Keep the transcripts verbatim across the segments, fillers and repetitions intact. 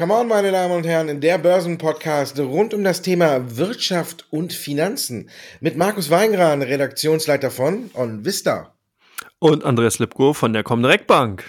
Come on, meine Damen und Herren, in der Börsenpodcast rund um das Thema Wirtschaft und Finanzen mit Markus Weingran, Redaktionsleiter von OnVista. Und Andreas Lipko von der Comdirect Bank.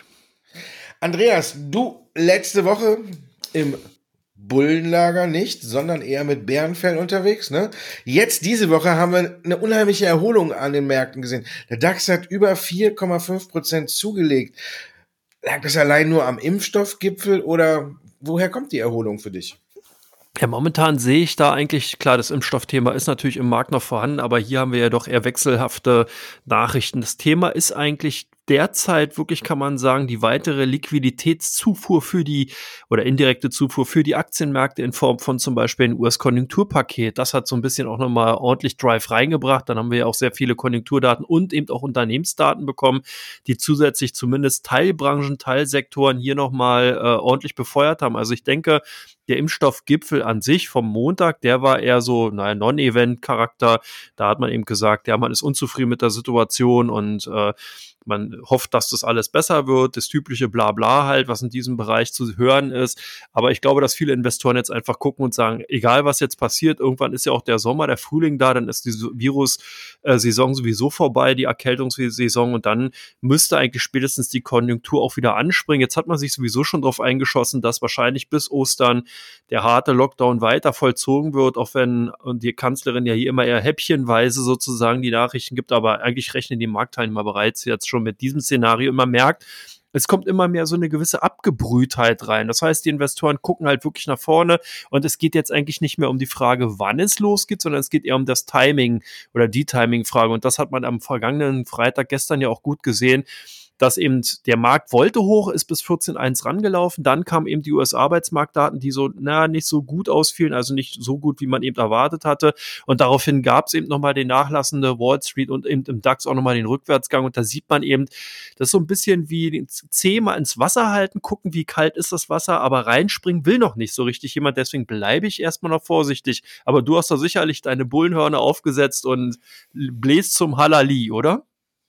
Andreas, du letzte Woche im Bullenlager nicht, sondern eher mit Bärenfell unterwegs, ne? Jetzt diese Woche haben wir eine unheimliche Erholung an den Märkten gesehen. Der DAX hat über vier Komma fünf Prozent zugelegt. Lag das allein nur am Impfstoffgipfel oder woher kommt die Erholung für dich? Ja, momentan sehe ich da eigentlich, klar, das Impfstoffthema ist natürlich im Markt noch vorhanden, aber hier haben wir ja doch eher wechselhafte Nachrichten. Das Thema ist eigentlich derzeit wirklich, kann man sagen, die weitere Liquiditätszufuhr für die oder indirekte Zufuhr für die Aktienmärkte in Form von zum Beispiel ein U S-Konjunkturpaket. Das hat so ein bisschen auch nochmal ordentlich Drive reingebracht. Dann haben wir ja auch sehr viele Konjunkturdaten und eben auch Unternehmensdaten bekommen, die zusätzlich zumindest Teilbranchen, Teilsektoren hier nochmal äh, ordentlich befeuert haben. Also ich denke, der Impfstoffgipfel an sich vom Montag, der war eher so, naja, Non-Event-Charakter. Da hat man eben gesagt, ja, man ist unzufrieden mit der Situation und äh, man hofft, dass das alles besser wird, das typische Blabla halt, was in diesem Bereich zu hören ist. Aber ich glaube, dass viele Investoren jetzt einfach gucken und sagen, egal was jetzt passiert, irgendwann ist ja auch der Sommer, der Frühling da, dann ist die Virus-Saison sowieso vorbei, die Erkältungssaison, und dann müsste eigentlich spätestens die Konjunktur auch wieder anspringen. Jetzt hat man sich sowieso schon darauf eingeschossen, dass wahrscheinlich bis Ostern der harte Lockdown weiter vollzogen wird, auch wenn die Kanzlerin ja hier immer eher häppchenweise sozusagen die Nachrichten gibt, aber eigentlich rechnen die Marktteilnehmer bereits jetzt schon mit diesem Szenario. Und man merkt, es kommt immer mehr so eine gewisse Abgebrühtheit rein. Das heißt, die Investoren gucken halt wirklich nach vorne und es geht jetzt eigentlich nicht mehr um die Frage, wann es losgeht, sondern es geht eher um das Timing oder die Timing-Frage. Und das hat man am vergangenen Freitag gestern ja auch gut gesehen, dass eben der Markt wollte hoch, ist bis vierzehn Komma eins rangelaufen, dann kamen eben die U S-Arbeitsmarktdaten, die so, na, nicht so gut ausfielen, also nicht so gut, wie man eben erwartet hatte, und daraufhin gab es eben nochmal den nachlassende Wall Street und eben im DAX auch nochmal den Rückwärtsgang, und da sieht man eben, das ist so ein bisschen wie den Zeh mal ins Wasser halten, gucken, wie kalt ist das Wasser, aber reinspringen will noch nicht so richtig jemand, deswegen bleibe ich erstmal noch vorsichtig, aber du hast da sicherlich deine Bullenhörner aufgesetzt und bläst zum Halali, oder?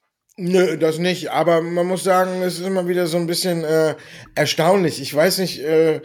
Nö, das nicht, aber man muss sagen, es ist immer wieder so ein bisschen äh, erstaunlich. Ich weiß nicht, äh,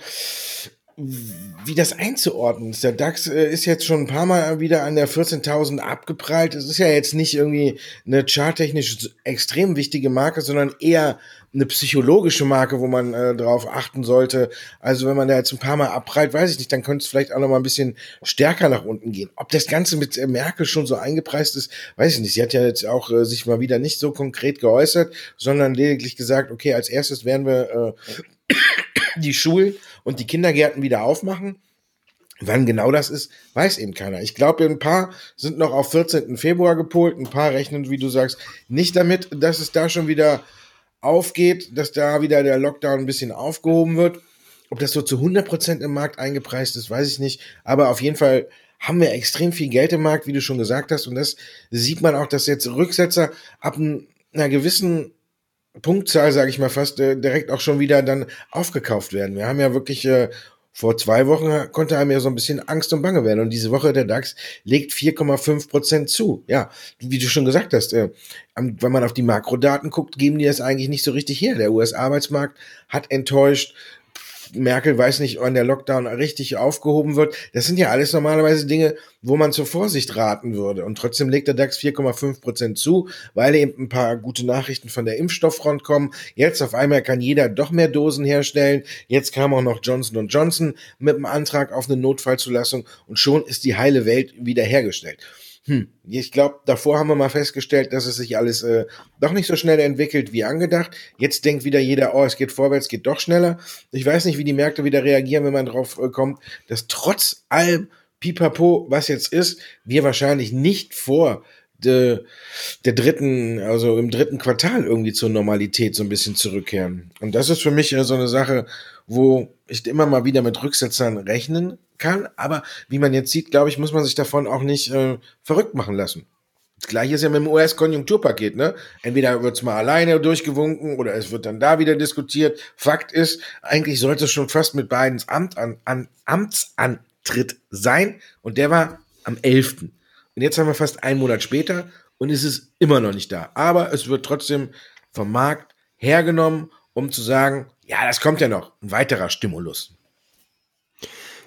wie das einzuordnen ist. Der DAX äh, ist jetzt schon ein paar Mal wieder an der vierzehntausend abgeprallt. Es ist ja jetzt nicht irgendwie eine charttechnisch extrem wichtige Marke, sondern eher eine psychologische Marke, wo man äh, drauf achten sollte. Also wenn man da jetzt ein paar Mal abprallt, weiß ich nicht, dann könnte es vielleicht auch noch mal ein bisschen stärker nach unten gehen. Ob das Ganze mit äh, Merkel schon so eingepreist ist, weiß ich nicht. Sie hat ja jetzt auch äh, sich mal wieder nicht so konkret geäußert, sondern lediglich gesagt, okay, als erstes werden wir äh, die Schulen und die Kindergärten wieder aufmachen. Wann genau das ist, weiß eben keiner. Ich glaube, ein paar sind noch auf vierzehnten Februar gepolt, ein paar rechnen, wie du sagst, nicht damit, dass es da schon wieder aufgeht, dass da wieder der Lockdown ein bisschen aufgehoben wird. Ob das so zu hundert Prozent im Markt eingepreist ist, weiß ich nicht. Aber auf jeden Fall haben wir extrem viel Geld im Markt, wie du schon gesagt hast. Und das sieht man auch, dass jetzt Rücksetzer ab einer gewissen Punktzahl, sage ich mal fast, äh, direkt auch schon wieder dann aufgekauft werden. Wir haben ja wirklich, äh, vor zwei Wochen konnte einem ja so ein bisschen Angst und Bange werden. Und diese Woche der DAX legt vier Komma fünf Prozent zu. Ja, wie du schon gesagt hast, äh, wenn man auf die Makrodaten guckt, geben die das eigentlich nicht so richtig her. Der U S-Arbeitsmarkt hat enttäuscht. Merkel weiß nicht, wann der Lockdown richtig aufgehoben wird. Das sind ja alles normalerweise Dinge, wo man zur Vorsicht raten würde. Und trotzdem legt der DAX vier Komma fünf Prozent zu, weil eben ein paar gute Nachrichten von der Impfstofffront kommen. Jetzt auf einmal kann jeder doch mehr Dosen herstellen. Jetzt kam auch noch Johnson und Johnson mit dem Antrag auf eine Notfallzulassung und schon ist die heile Welt wieder hergestellt. Hm, ich glaube, davor haben wir mal festgestellt, dass es sich alles äh, doch nicht so schnell entwickelt wie angedacht. Jetzt denkt wieder jeder, oh, es geht vorwärts, geht doch schneller. Ich weiß nicht, wie die Märkte wieder reagieren, wenn man drauf äh, kommt, dass trotz allem Pipapo, was jetzt ist, wir wahrscheinlich nicht vor de, der dritten, also im dritten Quartal irgendwie zur Normalität so ein bisschen zurückkehren. Und das ist für mich äh, so eine Sache, wo ich immer mal wieder mit Rücksetzern rechnen kann, aber wie man jetzt sieht, glaube ich, muss man sich davon auch nicht äh, verrückt machen lassen. Das Gleiche ist ja mit dem U S-Konjunkturpaket, ne? Entweder wird's mal alleine durchgewunken oder es wird dann da wieder diskutiert. Fakt ist, eigentlich sollte es schon fast mit Bidens Amt an, an Amtsantritt sein und der war am elften Und jetzt haben wir fast einen Monat später und es ist immer noch nicht da. Aber es wird trotzdem vom Markt hergenommen, um zu sagen, ja, das kommt ja noch, ein weiterer Stimulus.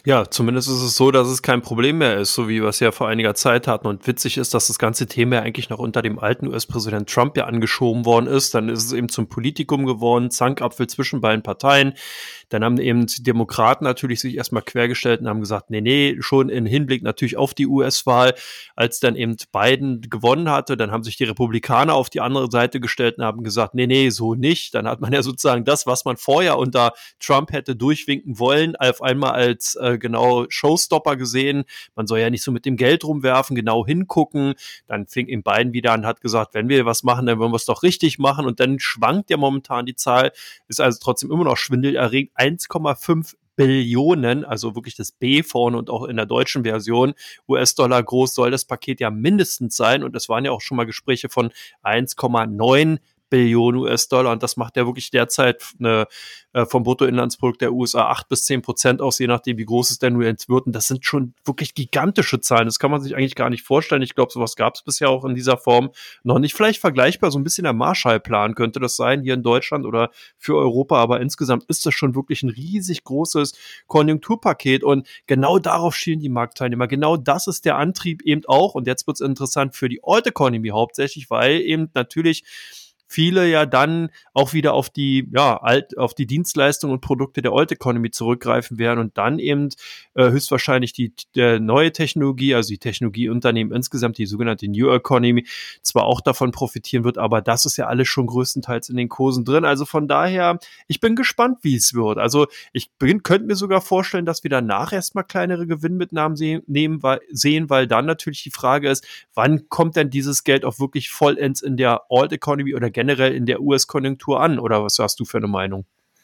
Ja, zumindest ist es so, dass es kein Problem mehr ist, so wie wir es ja vor einiger Zeit hatten. Und witzig ist, dass das ganze Thema ja eigentlich noch unter dem alten U S-Präsident Trump ja angeschoben worden ist. Dann ist es eben zum Politikum geworden, Zankapfel zwischen beiden Parteien. Dann haben eben die Demokraten natürlich sich erstmal quergestellt und haben gesagt, nee, nee, schon im Hinblick natürlich auf die U S-Wahl, als dann eben Biden gewonnen hatte, dann haben sich die Republikaner auf die andere Seite gestellt und haben gesagt, nee, nee, so nicht. Dann hat man ja sozusagen das, was man vorher unter Trump hätte durchwinken wollen, auf einmal als äh, genau Showstopper gesehen. Man soll ja nicht so mit dem Geld rumwerfen, genau hingucken. Dann fing eben Biden wieder an, hat gesagt, wenn wir was machen, dann wollen wir es doch richtig machen. Und dann schwankt ja momentan die Zahl, ist also trotzdem immer noch schwindelerregend, eins Komma fünf Billionen, also wirklich das B vorne und auch in der deutschen Version, U S-Dollar groß soll das Paket ja mindestens sein. Und es waren ja auch schon mal Gespräche von eins Komma neun Billionen U S-Dollar und das macht ja wirklich derzeit eine, äh, vom Bruttoinlandsprodukt der U S A acht bis zehn Prozent aus, je nachdem, wie groß es denn nur jetzt wird. Und das sind schon wirklich gigantische Zahlen. Das kann man sich eigentlich gar nicht vorstellen. Ich glaube, sowas gab es bisher auch in dieser Form noch nicht. Vielleicht vergleichbar, so ein bisschen der Marshallplan könnte das sein hier in Deutschland oder für Europa. Aber insgesamt ist das schon wirklich ein riesig großes Konjunkturpaket. Und genau darauf schielen die Marktteilnehmer. Genau das ist der Antrieb eben auch. Und jetzt wird es interessant für die Old Economy hauptsächlich, weil eben natürlich viele ja dann auch wieder auf die, ja, alt, auf die Dienstleistungen und Produkte der Old Economy zurückgreifen werden und dann eben äh, höchstwahrscheinlich die der neue Technologie, also die Technologieunternehmen insgesamt, die sogenannte New Economy, zwar auch davon profitieren wird, aber das ist ja alles schon größtenteils in den Kursen drin. Also von daher, ich bin gespannt, wie es wird. Also ich bin, könnte mir sogar vorstellen, dass wir danach erstmal kleinere Gewinnmitnahmen sehen, nehmen, weil, sehen, weil dann natürlich die Frage ist, wann kommt denn dieses Geld auch wirklich vollends in der Old Economy oder generell in der U S-Konjunktur an? Oder was hast du für eine Meinung?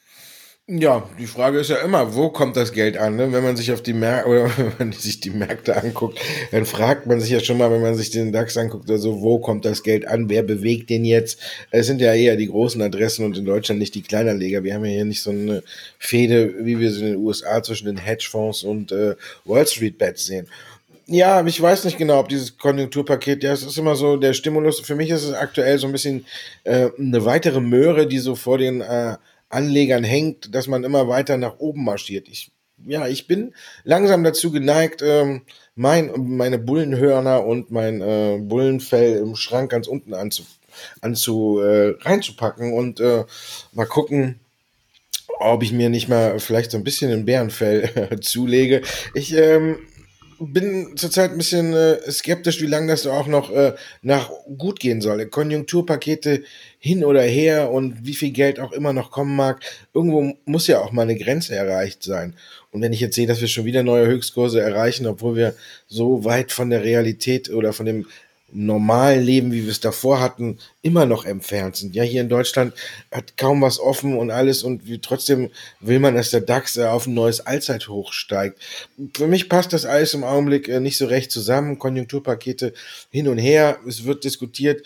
Ja, die Frage ist ja immer, wo kommt das Geld an? Ne? Wenn man sich auf die Märkte oder wenn man sich die Märkte anguckt, dann fragt man sich ja schon mal, wenn man sich den DAX anguckt, also wo kommt das Geld an? Wer bewegt den jetzt? Es sind ja eher die großen Adressen und in Deutschland nicht die Kleinanleger. Wir haben ja hier nicht so eine Fehde, wie wir es in den U S A zwischen den Hedgefonds und äh, Wall Street Bets sehen. Ja, ich weiß nicht genau, ob dieses Konjunkturpaket, ja, es ist immer so, der Stimulus, für mich ist es aktuell so ein bisschen äh, eine weitere Möhre, die so vor den äh, Anlegern hängt, dass man immer weiter nach oben marschiert. Ich, ja, ich bin langsam dazu geneigt, ähm, mein, meine Bullenhörner und mein äh, Bullenfell im Schrank ganz unten anzu, anzu äh, reinzupacken und äh, mal gucken, ob ich mir nicht mal vielleicht so ein bisschen ein Bärenfell zulege. Ich ähm, bin zurzeit ein bisschen äh, skeptisch, wie lange das auch noch äh, nach gut gehen soll. Konjunkturpakete hin oder her und wie viel Geld auch immer noch kommen mag. Irgendwo muss ja auch mal eine Grenze erreicht sein. Und wenn ich jetzt sehe, dass wir schon wieder neue Höchstkurse erreichen, obwohl wir so weit von der Realität oder von dem normalen Leben, wie wir es davor hatten, immer noch entfernt sind. Ja, hier in Deutschland hat kaum was offen und alles und wie, trotzdem will man, dass der DAX äh, auf ein neues Allzeithoch steigt. Für mich passt das alles im Augenblick äh, nicht so recht zusammen. Konjunkturpakete hin und her, es wird diskutiert.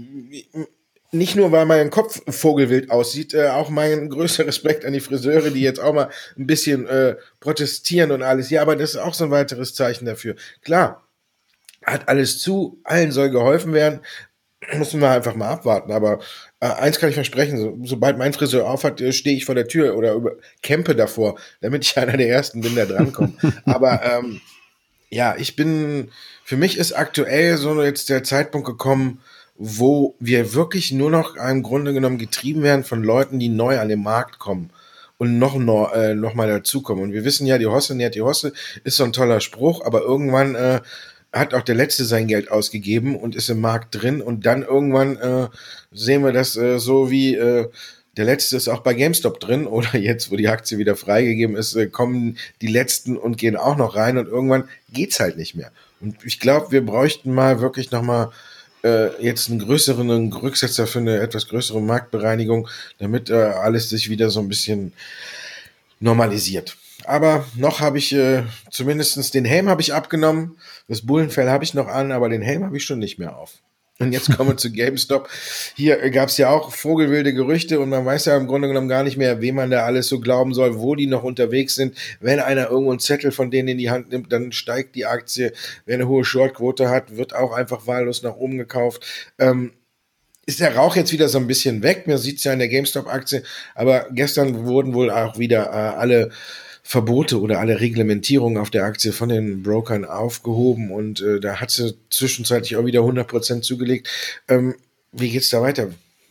Nicht nur, weil mein Kopf vogelwild aussieht, äh, auch mein größter Respekt an die Friseure, die jetzt auch mal ein bisschen äh, protestieren und alles. Ja, aber das ist auch so ein weiteres Zeichen dafür. Klar, hat alles zu, allen soll geholfen werden, müssen wir einfach mal abwarten. Aber äh, eins kann ich versprechen, so, sobald mein Friseur aufhat, äh, stehe ich vor der Tür oder über, campe davor, damit ich einer der Ersten bin, der drankommt. Aber ähm, ja, ich bin, für mich ist aktuell so jetzt der Zeitpunkt gekommen, wo wir wirklich nur noch im Grunde genommen getrieben werden von Leuten, die neu an den Markt kommen und noch, noch, äh, noch mal dazukommen. Und wir wissen ja, die Hosse nährt die Hosse, ist so ein toller Spruch, aber irgendwann äh, hat auch der Letzte sein Geld ausgegeben und ist im Markt drin und dann irgendwann äh, sehen wir das äh, so wie äh, der Letzte ist auch bei GameStop drin oder jetzt, wo die Aktie wieder freigegeben ist, äh, kommen die Letzten und gehen auch noch rein und irgendwann geht's halt nicht mehr. Und ich glaube, wir bräuchten mal wirklich nochmal äh, jetzt einen größeren einen Rücksetzer für eine etwas größere Marktbereinigung, damit äh, alles sich wieder so ein bisschen normalisiert. Aber noch habe ich äh, zumindestens den Helm habe ich abgenommen, das Bullenfell habe ich noch an, aber den Helm habe ich schon nicht mehr auf. Und jetzt kommen wir zu GameStop. Hier äh, gab es ja auch vogelwilde Gerüchte und man weiß ja im Grunde genommen gar nicht mehr, wem man da alles so glauben soll, wo die noch unterwegs sind. Wenn einer irgendwo einen Zettel von denen in die Hand nimmt, dann steigt die Aktie. Wer eine hohe Shortquote hat, wird auch einfach wahllos nach oben gekauft. Ähm, ist der Rauch jetzt wieder so ein bisschen weg. Man sieht es ja in der GameStop-Aktie. Aber gestern wurden wohl auch wieder äh, alle Verbote oder alle Reglementierungen auf der Aktie von den Brokern aufgehoben und äh, da hat sie zwischenzeitlich auch wieder hundert Prozent zugelegt. Ähm, wie geht's da weiter?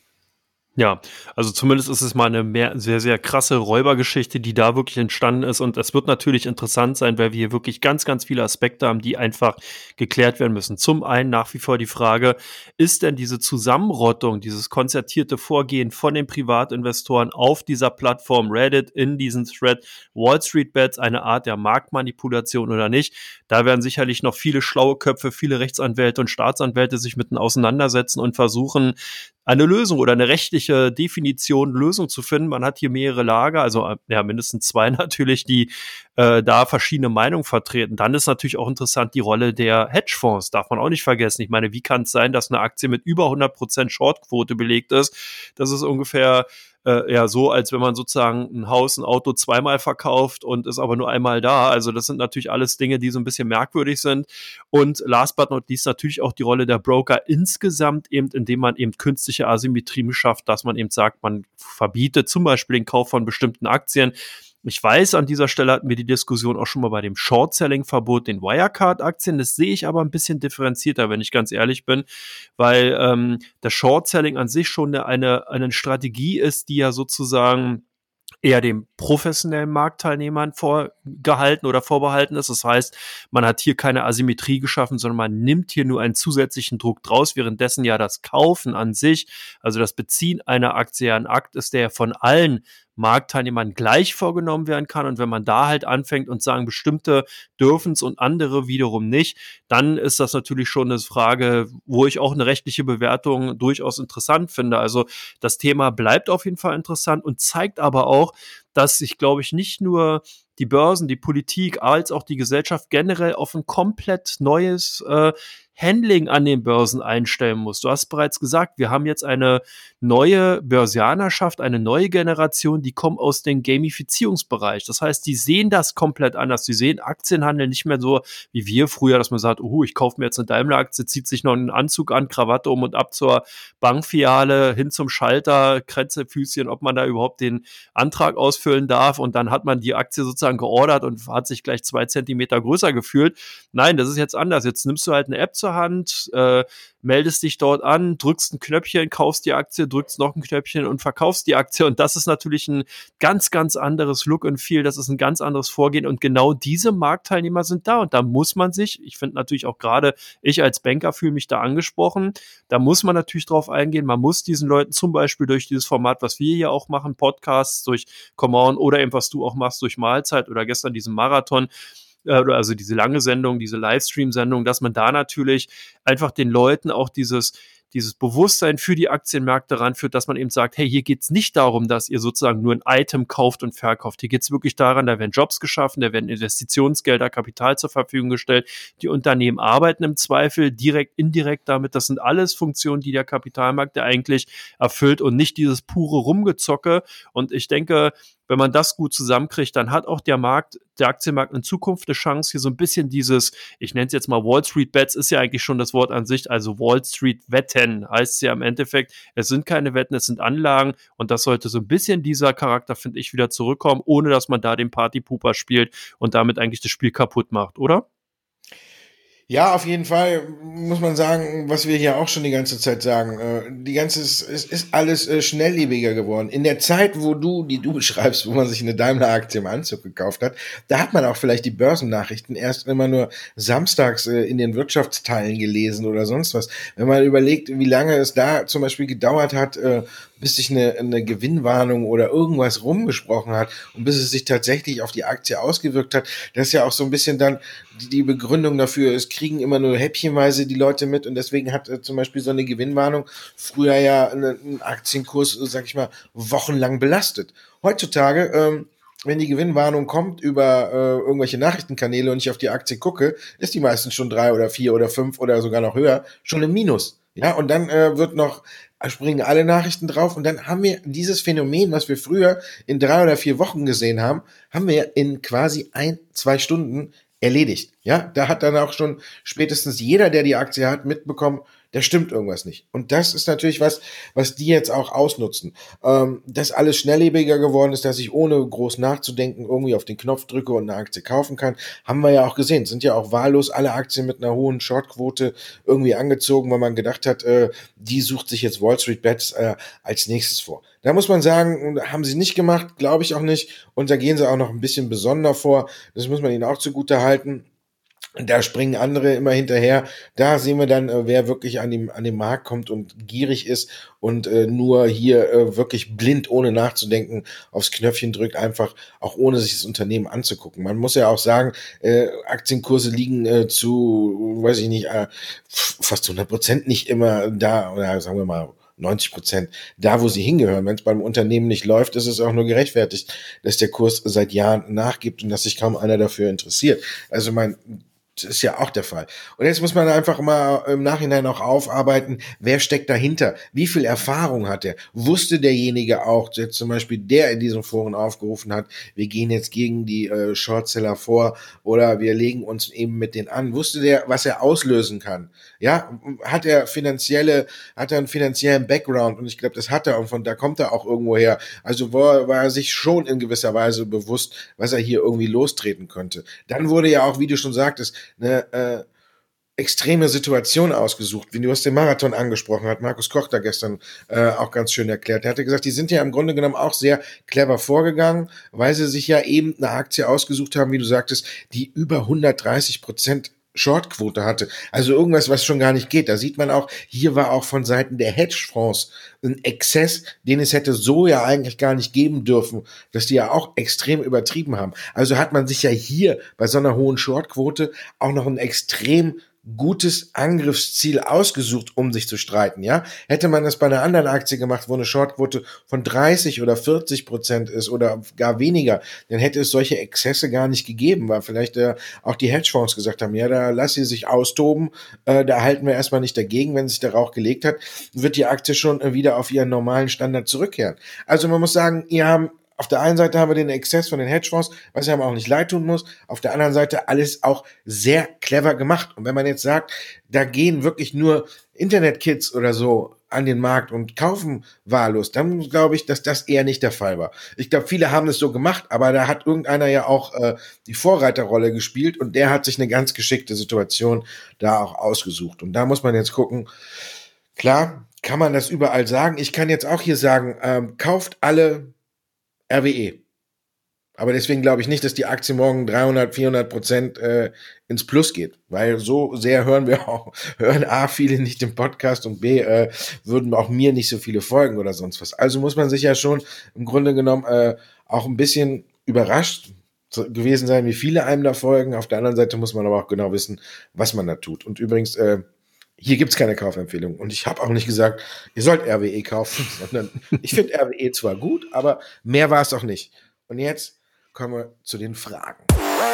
Ja, also zumindest ist es mal eine mehr sehr, sehr krasse Räubergeschichte, die da wirklich entstanden ist. Und es wird natürlich interessant sein, weil wir hier wirklich ganz, ganz viele Aspekte haben, die einfach geklärt werden müssen. Zum einen nach wie vor die Frage, ist denn diese Zusammenrottung, dieses konzertierte Vorgehen von den Privatinvestoren auf dieser Plattform Reddit in diesem Thread Wall Street Bets eine Art der Marktmanipulation oder nicht? Da werden sicherlich noch viele schlaue Köpfe, viele Rechtsanwälte und Staatsanwälte sich mitten auseinandersetzen und versuchen, eine Lösung oder eine rechtliche Definition, Lösung zu finden. Man hat hier mehrere Lager, also ja mindestens zwei natürlich, die äh, da verschiedene Meinungen vertreten. Dann ist natürlich auch interessant die Rolle der Hedgefonds, darf man auch nicht vergessen. Ich meine, wie kann es sein, dass eine Aktie mit über hundert Prozent Shortquote belegt ist? Das ist ungefähr äh, ja so, als wenn man sozusagen ein Haus, ein Auto zweimal verkauft und ist aber nur einmal da. Also das sind natürlich alles Dinge, die so ein bisschen merkwürdig sind. Und last but not least natürlich auch die Rolle der Broker insgesamt, eben indem man eben künstliche Asymmetrien schafft, dass man eben sagt, man verbietet zum Beispiel den Kauf von bestimmten Aktien. Ich weiß, an dieser Stelle hatten wir die Diskussion auch schon mal bei dem Short-Selling-Verbot, den Wirecard-Aktien. Das sehe ich aber ein bisschen differenzierter, wenn ich ganz ehrlich bin, weil ähm, das Short-Selling an sich schon eine, eine, eine Strategie ist, die ja sozusagen eher dem professionellen Marktteilnehmern vorgehalten oder vorbehalten ist. Das heißt, man hat hier keine Asymmetrie geschaffen, sondern man nimmt hier nur einen zusätzlichen Druck draus, währenddessen ja das Kaufen an sich, also das Beziehen einer Aktie ja ein Akt ist, der von allen Marktteilnehmern gleich vorgenommen werden kann. Und wenn man da halt anfängt und sagen, bestimmte dürfen es und andere wiederum nicht, dann ist das natürlich schon eine Frage, wo ich auch eine rechtliche Bewertung durchaus interessant finde. Also das Thema bleibt auf jeden Fall interessant und zeigt aber auch, dass sich, glaube ich, nicht nur die Börsen, die Politik als auch die Gesellschaft generell auf ein komplett neues äh, Handling an den Börsen einstellen muss. Du hast bereits gesagt, wir haben jetzt eine neue Börsianerschaft, eine neue Generation, die kommt aus dem Gamifizierungsbereich. Das heißt, die sehen das komplett anders. Die sehen Aktienhandel nicht mehr so wie wir früher, dass man sagt, oh, ich kaufe mir jetzt eine Daimler-Aktie, zieht sich noch einen Anzug an, Krawatte um und ab zur Bankfiliale, hin zum Schalter, Kretzefüßchen, ob man da überhaupt den Antrag ausfüllen darf und dann hat man die Aktie sozusagen geordert und hat sich gleich zwei Zentimeter größer gefühlt. Nein, das ist jetzt anders. Jetzt nimmst du halt eine App zur Hand, äh, meldest dich dort an, drückst ein Knöpfchen, kaufst die Aktie, drückst noch ein Knöpfchen und verkaufst die Aktie. Und das ist natürlich ein ganz, ganz anderes Look and Feel. Das ist ein ganz anderes Vorgehen. Und genau diese Marktteilnehmer sind da. Und da muss man sich, ich finde natürlich auch gerade, ich als Banker fühle mich da angesprochen, da muss man natürlich drauf eingehen. Man muss diesen Leuten zum Beispiel durch dieses Format, was wir hier auch machen, Podcasts, durch Come On oder eben was du auch machst, durch Mahlzeit oder gestern diesen Marathon, also diese lange Sendung, diese Livestream-Sendung, dass man da natürlich einfach den Leuten auch dieses, dieses Bewusstsein für die Aktienmärkte ranführt, dass man eben sagt, hey, hier geht's nicht darum, dass ihr sozusagen nur ein Item kauft und verkauft. Hier geht's wirklich daran, da werden Jobs geschaffen, da werden Investitionsgelder, Kapital zur Verfügung gestellt. Die Unternehmen arbeiten im Zweifel direkt, indirekt damit. Das sind alles Funktionen, die der Kapitalmarkt ja eigentlich erfüllt und nicht dieses pure Rumgezocke. Und ich denke, wenn man das gut zusammenkriegt, dann hat auch der Markt, der Aktienmarkt in Zukunft eine Chance, hier so ein bisschen dieses, ich nenne es jetzt mal Wall Street Bets, ist ja eigentlich schon das Wort an sich, also Wall Street Wetten heißt es ja im Endeffekt, es sind keine Wetten, es sind Anlagen und das sollte so ein bisschen dieser Charakter, finde ich, wieder zurückkommen, ohne dass man da den Partypooper spielt und damit eigentlich das Spiel kaputt macht, oder? Ja, auf jeden Fall muss man sagen, was wir hier auch schon die ganze Zeit sagen. Äh, die ganze, es ist alles äh, schnelllebiger geworden. In der Zeit, wo du, die du beschreibst, wo man sich eine Daimler-Aktie im Anzug gekauft hat, da hat man auch vielleicht die Börsennachrichten erst immer nur samstags äh, in den Wirtschaftsteilen gelesen oder sonst was. Wenn man überlegt, wie lange es da zum Beispiel gedauert hat, äh, bis sich eine, eine Gewinnwarnung oder irgendwas rumgesprochen hat und bis es sich tatsächlich auf die Aktie ausgewirkt hat, das ist ja auch so ein bisschen dann die Begründung dafür, es kriegen immer nur häppchenweise die Leute mit und deswegen hat äh, zum Beispiel so eine Gewinnwarnung früher ja einen Aktienkurs, sag ich mal, wochenlang belastet. Heutzutage, ähm, wenn die Gewinnwarnung kommt über äh, irgendwelche Nachrichtenkanäle und ich auf die Aktie gucke, ist die meistens schon drei oder vier oder fünf oder sogar noch höher, schon im Minus. Ja, und dann äh, wird noch springen alle Nachrichten drauf und dann haben wir dieses Phänomen, was wir früher in drei oder vier Wochen gesehen haben, haben wir in quasi ein, zwei Stunden erledigt. Ja, da hat dann auch schon spätestens jeder, der die Aktie hat, mitbekommen, da stimmt irgendwas nicht. Und das ist natürlich was, was die jetzt auch ausnutzen. Ähm, dass alles schnelllebiger geworden ist, dass ich ohne groß nachzudenken irgendwie auf den Knopf drücke und eine Aktie kaufen kann, haben wir ja auch gesehen. Es sind ja auch wahllos alle Aktien mit einer hohen Shortquote irgendwie angezogen, weil man gedacht hat, äh, die sucht sich jetzt Wall Street Bets äh, als nächstes vor. Da muss man sagen, haben sie nicht gemacht, glaube ich auch nicht. Und da gehen sie auch noch ein bisschen besonder vor. Das muss man ihnen auch zugute halten. Da springen andere immer hinterher. Da sehen wir dann, äh, wer wirklich an dem, an den Markt kommt und gierig ist und äh, nur hier äh, wirklich blind, ohne nachzudenken, aufs Knöpfchen drückt, einfach auch ohne sich das Unternehmen anzugucken. Man muss ja auch sagen, äh, Aktienkurse liegen äh, zu, weiß ich nicht, äh, fast hundert Prozent nicht immer da, oder sagen wir mal, neunzig Prozent da, wo sie hingehören. Wenn es beim Unternehmen nicht läuft, ist es auch nur gerechtfertigt, dass der Kurs seit Jahren nachgibt und dass sich kaum einer dafür interessiert. Also mein das ist ja auch der Fall. Und jetzt muss man einfach mal im Nachhinein auch aufarbeiten, wer steckt dahinter? Wie viel Erfahrung hat er? Wusste derjenige auch, jetzt zum Beispiel der in diesen Foren aufgerufen hat, wir gehen jetzt gegen die äh, Shortseller vor oder wir legen uns eben mit denen an. Wusste der, was er auslösen kann? Ja, hat er finanzielle, hat er einen finanziellen Background? Und ich glaube, das hat er und von da kommt er auch irgendwo her. Also war, war er sich schon in gewisser Weise bewusst, was er hier irgendwie lostreten könnte. Dann wurde ja auch, wie du schon sagtest, eine äh, extreme Situation ausgesucht, wie du hast den Marathon angesprochen, hat Markus Koch da gestern äh, auch ganz schön erklärt. Er hatte gesagt, die sind ja im Grunde genommen auch sehr clever vorgegangen, weil sie sich ja eben eine Aktie ausgesucht haben, wie du sagtest, die über hundertdreißig Prozent Shortquote hatte. Also irgendwas, was schon gar nicht geht. Da sieht man auch, hier war auch von Seiten der Hedgefonds ein Exzess, den es hätte so ja eigentlich gar nicht geben dürfen, dass die ja auch extrem übertrieben haben. Also hat man sich ja hier bei so einer hohen Shortquote auch noch ein extrem gutes Angriffsziel ausgesucht, um sich zu streiten, ja? Hätte man das bei einer anderen Aktie gemacht, wo eine Shortquote von dreißig oder vierzig Prozent ist oder gar weniger, dann hätte es solche Exzesse gar nicht gegeben, weil vielleicht äh, auch die Hedgefonds gesagt haben, ja, da lass sie sich austoben, äh, da halten wir erstmal nicht dagegen, wenn sich der Rauch gelegt hat, wird die Aktie schon äh, wieder auf ihren normalen Standard zurückkehren. Also man muss sagen, ihr haben auf der einen Seite haben wir den Exzess von den Hedgefonds, was ja auch nicht leid tun muss. Auf der anderen Seite alles auch sehr clever gemacht. Und wenn man jetzt sagt, da gehen wirklich nur Internet-Kids oder so an den Markt und kaufen wahllos, dann glaube ich, dass das eher nicht der Fall war. Ich glaube, viele haben es so gemacht, aber da hat irgendeiner ja auch äh, die Vorreiterrolle gespielt und der hat sich eine ganz geschickte Situation da auch ausgesucht. Und da muss man jetzt gucken, klar, kann man das überall sagen. Ich kann jetzt auch hier sagen, ähm, kauft alle R W E. Aber deswegen glaube ich nicht, dass die Aktie morgen dreihundert, vierhundert Prozent äh, ins Plus geht, weil so sehr hören wir auch, hören A, viele nicht den Podcast und B, äh, würden auch mir nicht so viele folgen oder sonst was. Also muss man sich ja schon im Grunde genommen äh, auch ein bisschen überrascht gewesen sein, wie viele einem da folgen. Auf der anderen Seite muss man aber auch genau wissen, was man da tut. Und übrigens, äh, hier gibt's keine Kaufempfehlung. Und ich habe auch nicht gesagt, ihr sollt R W E kaufen, sondern ich finde R W E zwar gut, aber mehr war es auch nicht. Und jetzt kommen wir zu den Fragen.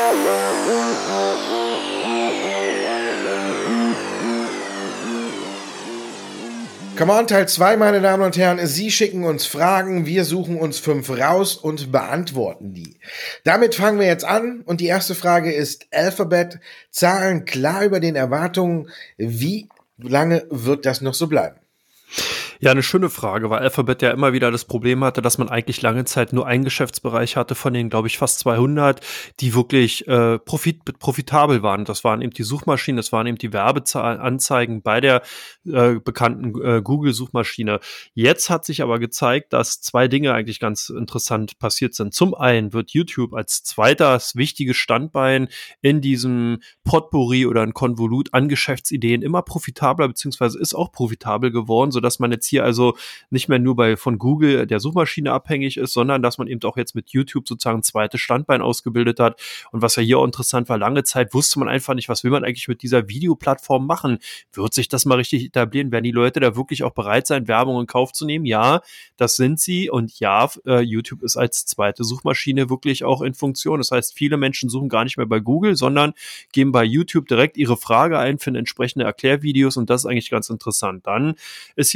Come on, Teil zwei, meine Damen und Herren. Sie schicken uns Fragen, wir suchen uns fünf raus und beantworten die. Damit fangen wir jetzt an und die erste Frage ist, Alphabet, Zahlen klar über den Erwartungen. Wie lange wird das noch so bleiben? Ja, eine schöne Frage, weil Alphabet ja immer wieder das Problem hatte, dass man eigentlich lange Zeit nur einen Geschäftsbereich hatte, von denen, glaube ich, fast zweihundert, die wirklich äh, profit, profitabel waren. Das waren eben die Suchmaschinen, das waren eben die Werbeanzeigen bei der äh, bekannten äh, Google-Suchmaschine. Jetzt hat sich aber gezeigt, dass zwei Dinge eigentlich ganz interessant passiert sind. Zum einen wird YouTube als zweites wichtiges Standbein in diesem Potpourri oder ein Konvolut an Geschäftsideen immer profitabler, beziehungsweise ist auch profitabel geworden, sodass man jetzt hier also nicht mehr nur bei von Google der Suchmaschine abhängig ist, sondern dass man eben auch jetzt mit YouTube sozusagen ein zweites Standbein ausgebildet hat. Und was ja hier auch interessant war, lange Zeit wusste man einfach nicht, was will man eigentlich mit dieser Videoplattform machen? Wird sich das mal richtig etablieren? Werden die Leute da wirklich auch bereit sein, Werbung in Kauf zu nehmen? Ja, das sind sie. Und ja, äh, YouTube ist als zweite Suchmaschine wirklich auch in Funktion. Das heißt, viele Menschen suchen gar nicht mehr bei Google, sondern geben bei YouTube direkt ihre Frage ein, finden entsprechende Erklärvideos und das ist eigentlich ganz interessant. Dann ist hier natürlich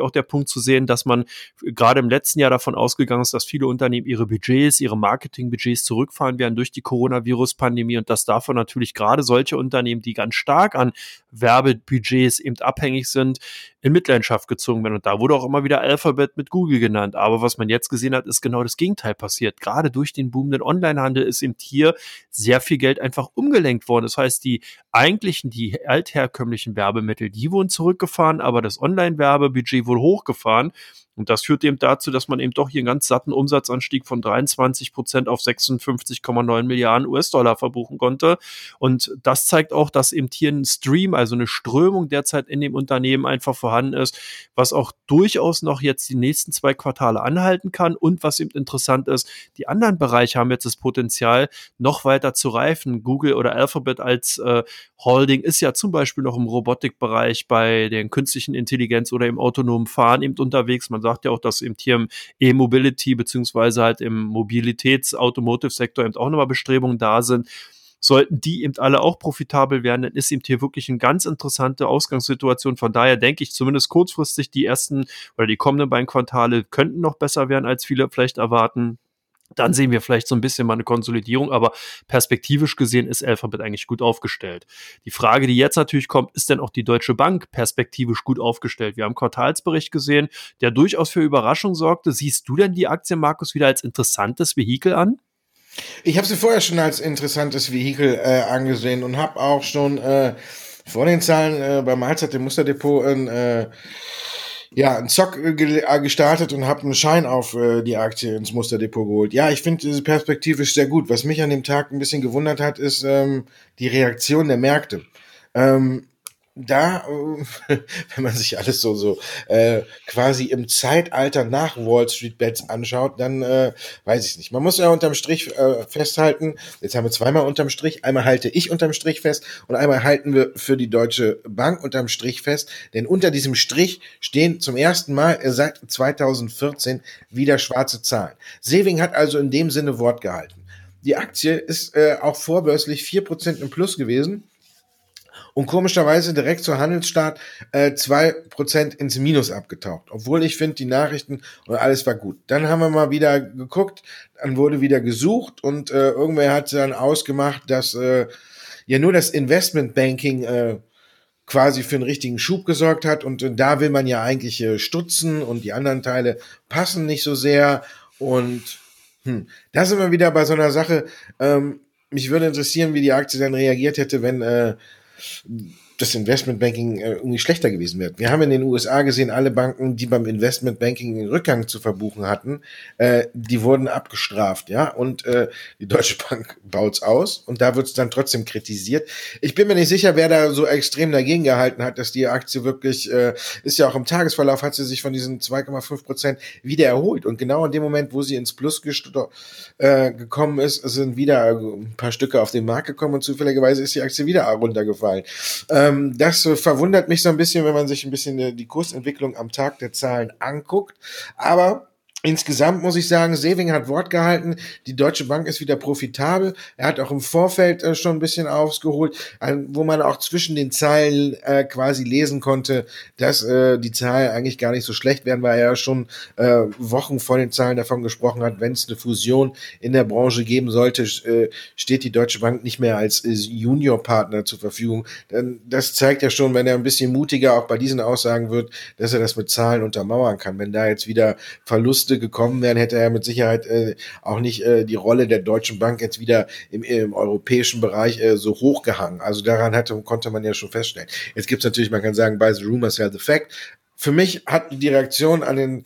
auch der Punkt zu sehen, dass man gerade im letzten Jahr davon ausgegangen ist, dass viele Unternehmen ihre Budgets, ihre Marketingbudgets zurückfahren werden durch die Coronavirus-Pandemie und dass davon natürlich gerade solche Unternehmen, die ganz stark an Werbebudgets eben abhängig sind, in Mitleidenschaft gezogen werden. Und da wurde auch immer wieder Alphabet mit Google genannt. Aber was man jetzt gesehen hat, ist genau das Gegenteil passiert. Gerade durch den boomenden Onlinehandel ist eben hier sehr viel Geld einfach umgelenkt worden. Das heißt, die eigentlichen, die altherkömmlichen Werbemittel, die wurden zurückgefahren, aber das Online-Werbebudget wurde hochgefahren. Und das führt eben dazu, dass man eben doch hier einen ganz satten Umsatzanstieg von dreiundzwanzig Prozent auf sechsundfünfzig Komma neun Milliarden U S-Dollar verbuchen konnte. Und das zeigt auch, dass eben hier ein Stream, also eine Strömung derzeit in dem Unternehmen einfach vorhanden ist, was auch durchaus noch jetzt die nächsten zwei Quartale anhalten kann. Und was eben interessant ist, die anderen Bereiche haben jetzt das Potenzial, noch weiter zu reifen. Google oder Alphabet als äh, Holding ist ja zum Beispiel noch im Robotikbereich bei den künstlichen Intelligenz oder im autonomen Fahren eben unterwegs. Man sagt ja auch, dass eben hier im E-Mobility beziehungsweise halt im Mobilitäts-Automotive-Sektor eben auch nochmal Bestrebungen da sind. Sollten die eben alle auch profitabel werden, dann ist eben hier wirklich eine ganz interessante Ausgangssituation. Von daher denke ich zumindest kurzfristig, die ersten oder die kommenden beiden Quartale könnten noch besser werden, als viele vielleicht erwarten. Dann sehen wir vielleicht so ein bisschen mal eine Konsolidierung, aber perspektivisch gesehen ist Alphabet eigentlich gut aufgestellt. Die Frage, die jetzt natürlich kommt, ist denn auch die Deutsche Bank perspektivisch gut aufgestellt? Wir haben einen Quartalsbericht gesehen, der durchaus für Überraschung sorgte. Siehst du denn die Aktie, Markus, wieder als interessantes Vehikel an? Ich habe sie vorher schon als interessantes Vehikel äh, angesehen und habe auch schon äh, vor den Zahlen äh, bei Mahlzeit im Musterdepot ein äh, ja, einen Zock äh, gestartet und habe einen Schein auf äh, die Aktie ins Musterdepot geholt. Ja, ich finde diese perspektivisch sehr gut. Was mich an dem Tag ein bisschen gewundert hat, ist ähm, die Reaktion der Märkte. Ähm, da, äh, wenn man sich alles so so äh, quasi im Zeitalter nach Wall Street Bets anschaut, dann äh, weiß ich nicht. Man muss ja unterm Strich äh, festhalten, jetzt haben wir zweimal unterm Strich, einmal halte ich unterm Strich fest und einmal halten wir für die Deutsche Bank unterm Strich fest, denn unter diesem Strich stehen zum ersten Mal seit zweitausendvierzehn wieder schwarze Zahlen. Sewing hat also in dem Sinne Wort gehalten. Die Aktie ist äh, auch vorbörslich vier Prozent im Plus gewesen. Und komischerweise direkt zu Handelsstart äh, zwei Prozent ins Minus abgetaucht. Obwohl ich finde, die Nachrichten und alles war gut. Dann haben wir mal wieder geguckt, dann wurde wieder gesucht und äh, irgendwer hat dann ausgemacht, dass äh, ja nur das Investmentbanking äh, quasi für einen richtigen Schub gesorgt hat. Und äh, da will man ja eigentlich äh, stutzen und die anderen Teile passen nicht so sehr. Und hm, da sind wir wieder bei so einer Sache. Ähm, mich würde interessieren, wie die Aktie dann reagiert hätte, wenn äh, das Investmentbanking äh, irgendwie schlechter gewesen wäre. Wir haben in den U S A gesehen, alle Banken, die beim Investmentbanking einen Rückgang zu verbuchen hatten, äh, die wurden abgestraft, ja, und äh, die Deutsche Bank baut's aus und da wird's dann trotzdem kritisiert. Ich bin mir nicht sicher, wer da so extrem dagegen gehalten hat, dass die Aktie wirklich, äh, ist ja auch im Tagesverlauf, hat sie sich von diesen zwei Komma fünf Prozent wieder erholt und genau in dem Moment, wo sie ins Plus gest- äh, gekommen ist, sind wieder ein paar Stücke auf den Markt gekommen und zufälligerweise ist die Aktie wieder runtergefallen. Ähm, das äh, verwundert mich so ein bisschen, wenn man sich ein bisschen äh, die Kursentwicklung am Tag der Zahlen anguckt. Aber insgesamt muss ich sagen, Sewing hat Wort gehalten. Die Deutsche Bank ist wieder profitabel. Er hat auch im Vorfeld äh, schon ein bisschen ausgeholt, äh, wo man auch zwischen den Zeilen äh, quasi lesen konnte, dass äh, die Zahlen eigentlich gar nicht so schlecht werden, weil er ja schon äh, Wochen vor den Zahlen davon gesprochen hat, wenn es eine Fusion in der Branche geben sollte, äh, steht die Deutsche Bank nicht mehr als äh, Juniorpartner zur Verfügung. Denn das zeigt ja schon, wenn er ein bisschen mutiger auch bei diesen Aussagen wird, dass er das mit Zahlen untermauern kann. Wenn da jetzt wieder Verluste gekommen wären, hätte er mit Sicherheit äh, auch nicht äh, die Rolle der Deutschen Bank jetzt wieder im, im europäischen Bereich äh, so hochgehangen. Also daran hatte, konnte man ja schon feststellen. Jetzt gibt es natürlich, man kann sagen, by the rumor sell the fact. Für mich hat die Reaktion an den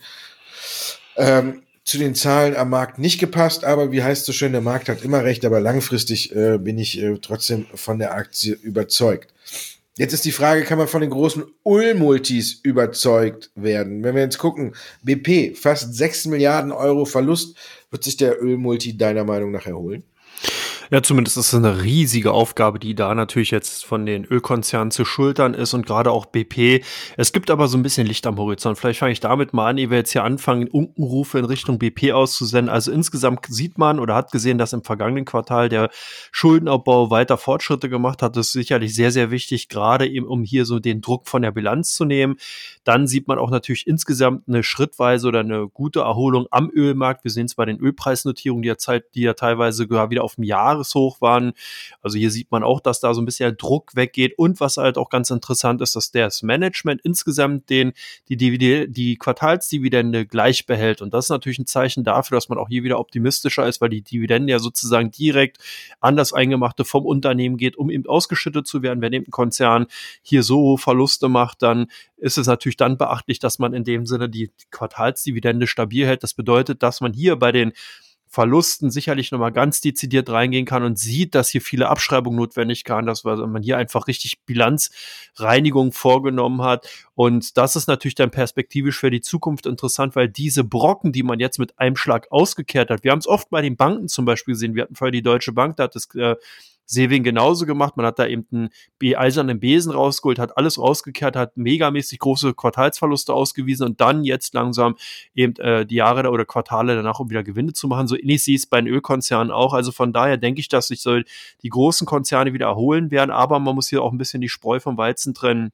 ähm, zu den Zahlen am Markt nicht gepasst, aber wie heißt so schön, der Markt hat immer recht, aber langfristig äh, bin ich äh, trotzdem von der Aktie überzeugt. Jetzt ist die Frage, kann man von den großen Ölmultis überzeugt werden? Wenn wir jetzt gucken, B P, fast sechs Milliarden Euro Verlust, wird sich der Ölmulti deiner Meinung nach erholen? Ja, zumindest ist es eine riesige Aufgabe, die da natürlich jetzt von den Ölkonzernen zu schultern ist und gerade auch B P. Es gibt aber so ein bisschen Licht am Horizont. Vielleicht fange ich damit mal an, ehe wir jetzt hier anfangen, Unkenrufe in Richtung B P auszusenden. Also, insgesamt sieht man oder hat gesehen, dass im vergangenen Quartal der Schuldenabbau weiter Fortschritte gemacht hat. Das ist sicherlich sehr, sehr wichtig, gerade eben, um hier so den Druck von der Bilanz zu nehmen. Dann sieht man auch natürlich insgesamt eine schrittweise oder eine gute Erholung am Ölmarkt. Wir sehen es bei den Ölpreisnotierungen, die ja, Zeit, die ja teilweise sogar wieder auf dem Jahreshoch waren. Also hier sieht man auch, dass da so ein bisschen Druck weggeht. Und was halt auch ganz interessant ist, dass das Management insgesamt den, die, Divide, die Quartalsdividende gleich behält. Und das ist natürlich ein Zeichen dafür, dass man auch hier wieder optimistischer ist, weil die Dividende ja sozusagen direkt an das Eingemachte vom Unternehmen geht, um eben ausgeschüttet zu werden. Wenn eben ein Konzern hier so Verluste macht, dann ist es natürlich dann beachtlich, dass man in dem Sinne die Quartalsdividende stabil hält. Das bedeutet, dass man hier bei den Verlusten sicherlich nochmal ganz dezidiert reingehen kann und sieht, dass hier viele Abschreibungen notwendig waren, dass man hier einfach richtig Bilanzreinigung vorgenommen hat. Und das ist natürlich dann perspektivisch für die Zukunft interessant, weil diese Brocken, die man jetzt mit einem Schlag ausgekehrt hat, wir haben es oft bei den Banken zum Beispiel gesehen, wir hatten vorher die Deutsche Bank, da hat das äh, Seving genauso gemacht. Man hat da eben einen B- eisernen Besen rausgeholt, hat alles rausgekehrt, hat megamäßig große Quartalsverluste ausgewiesen und dann jetzt langsam eben äh, die Jahre da oder Quartale danach, um wieder Gewinne zu machen. So ähnlich sehe ich es bei den Ölkonzernen auch. Also von daher denke ich, dass sich so die großen Konzerne wieder erholen werden, aber man muss hier auch ein bisschen die Spreu vom Weizen trennen.